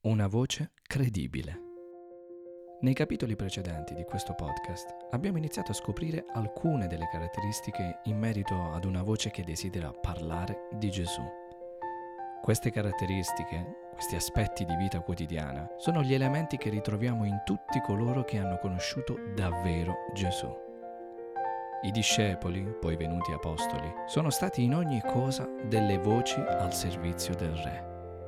Una voce credibile. Nei capitoli precedenti di questo podcast abbiamo iniziato a scoprire alcune delle caratteristiche in merito ad una voce che desidera parlare di Gesù. Queste caratteristiche, questi aspetti di vita quotidiana, sono gli elementi che ritroviamo in tutti coloro che hanno conosciuto davvero Gesù. I discepoli, poi venuti apostoli, sono stati in ogni cosa delle voci al servizio del Re.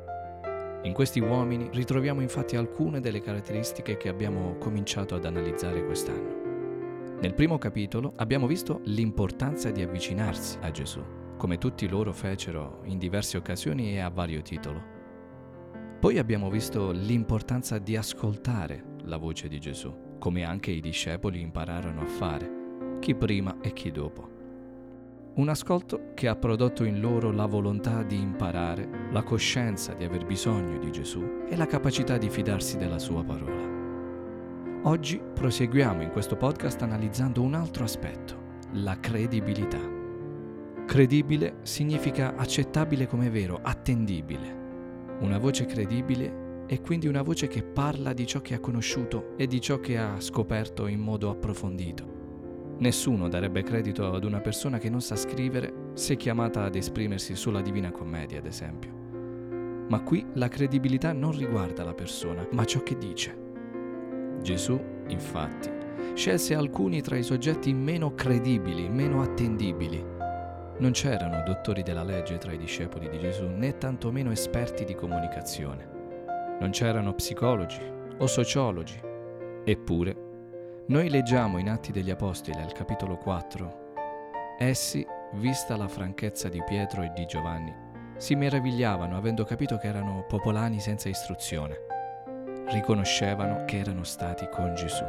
In questi uomini ritroviamo infatti alcune delle caratteristiche che abbiamo cominciato ad analizzare quest'anno. Nel primo capitolo abbiamo visto l'importanza di avvicinarsi a Gesù, come tutti loro fecero in diverse occasioni e a vario titolo. Poi abbiamo visto l'importanza di ascoltare la voce di Gesù, come anche i discepoli impararono a fare, chi prima e chi dopo. Un ascolto che ha prodotto in loro la volontà di imparare, la coscienza di aver bisogno di Gesù e la capacità di fidarsi della sua parola. Oggi proseguiamo in questo podcast analizzando un altro aspetto, la credibilità. Credibile significa accettabile come vero, attendibile. Una voce credibile è quindi una voce che parla di ciò che ha conosciuto e di ciò che ha scoperto in modo approfondito. Nessuno darebbe credito ad una persona che non sa scrivere se chiamata ad esprimersi sulla Divina Commedia, ad esempio. Ma qui la credibilità non riguarda la persona, ma ciò che dice. Gesù, infatti, scelse alcuni tra i soggetti meno credibili, meno attendibili. Non c'erano dottori della legge tra i discepoli di Gesù, né tantomeno esperti di comunicazione. Non c'erano psicologi o sociologi. Eppure, noi leggiamo in Atti degli Apostoli, al capitolo 4, essi, vista la franchezza di Pietro e di Giovanni, si meravigliavano avendo capito che erano popolani senza istruzione. Riconoscevano che erano stati con Gesù.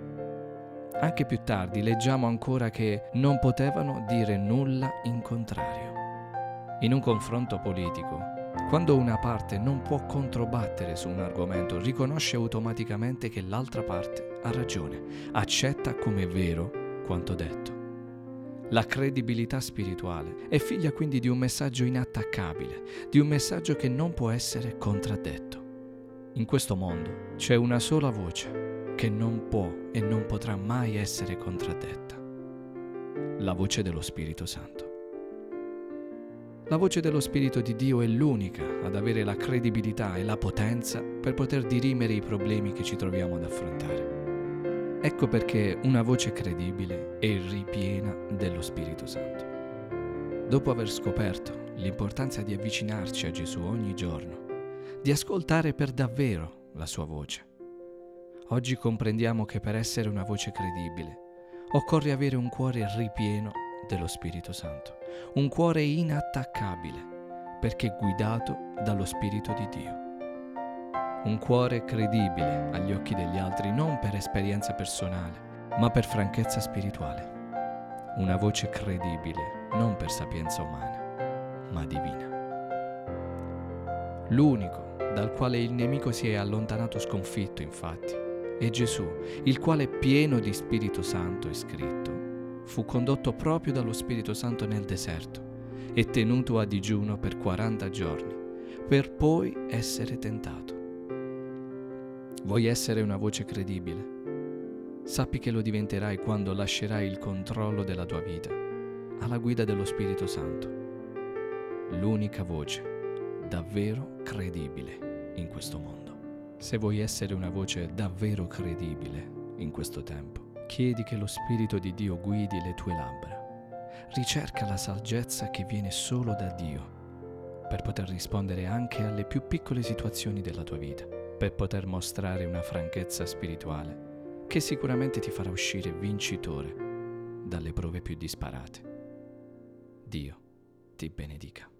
Anche più tardi leggiamo ancora che non potevano dire nulla in contrario. In un confronto politico, quando una parte non può controbattere su un argomento, riconosce automaticamente che l'altra parte ha ragione, accetta come vero quanto detto. La credibilità spirituale è figlia quindi di un messaggio inattaccabile, di un messaggio che non può essere contraddetto. In questo mondo c'è una sola voce che non può e non potrà mai essere contraddetta: la voce dello Spirito Santo. La voce dello Spirito di Dio è l'unica ad avere la credibilità e la potenza per poter dirimere i problemi che ci troviamo ad affrontare. Ecco perché una voce credibile è ripiena dello Spirito Santo. Dopo aver scoperto l'importanza di avvicinarci a Gesù ogni giorno, di ascoltare per davvero la sua voce, oggi comprendiamo che per essere una voce credibile occorre avere un cuore ripieno dello Spirito Santo, un cuore inattaccabile perché guidato dallo Spirito di Dio. Un cuore credibile agli occhi degli altri non per esperienza personale, ma per franchezza spirituale. Una voce credibile non per sapienza umana, ma divina. L'unico dal quale il nemico si è allontanato sconfitto, infatti, è Gesù, il quale, pieno di Spirito Santo, è scritto, fu condotto proprio dallo Spirito Santo nel deserto e tenuto a digiuno per 40 giorni, per poi essere tentato. Vuoi essere una voce credibile? Sappi che lo diventerai quando lascerai il controllo della tua vita alla guida dello Spirito Santo, l'unica voce davvero credibile in questo mondo. Se vuoi essere una voce davvero credibile in questo tempo, chiedi che lo Spirito di Dio guidi le tue labbra. Ricerca la saggezza che viene solo da Dio per poter rispondere anche alle più piccole situazioni della tua vita, per poter mostrare una franchezza spirituale che sicuramente ti farà uscire vincitore dalle prove più disparate. Dio ti benedica.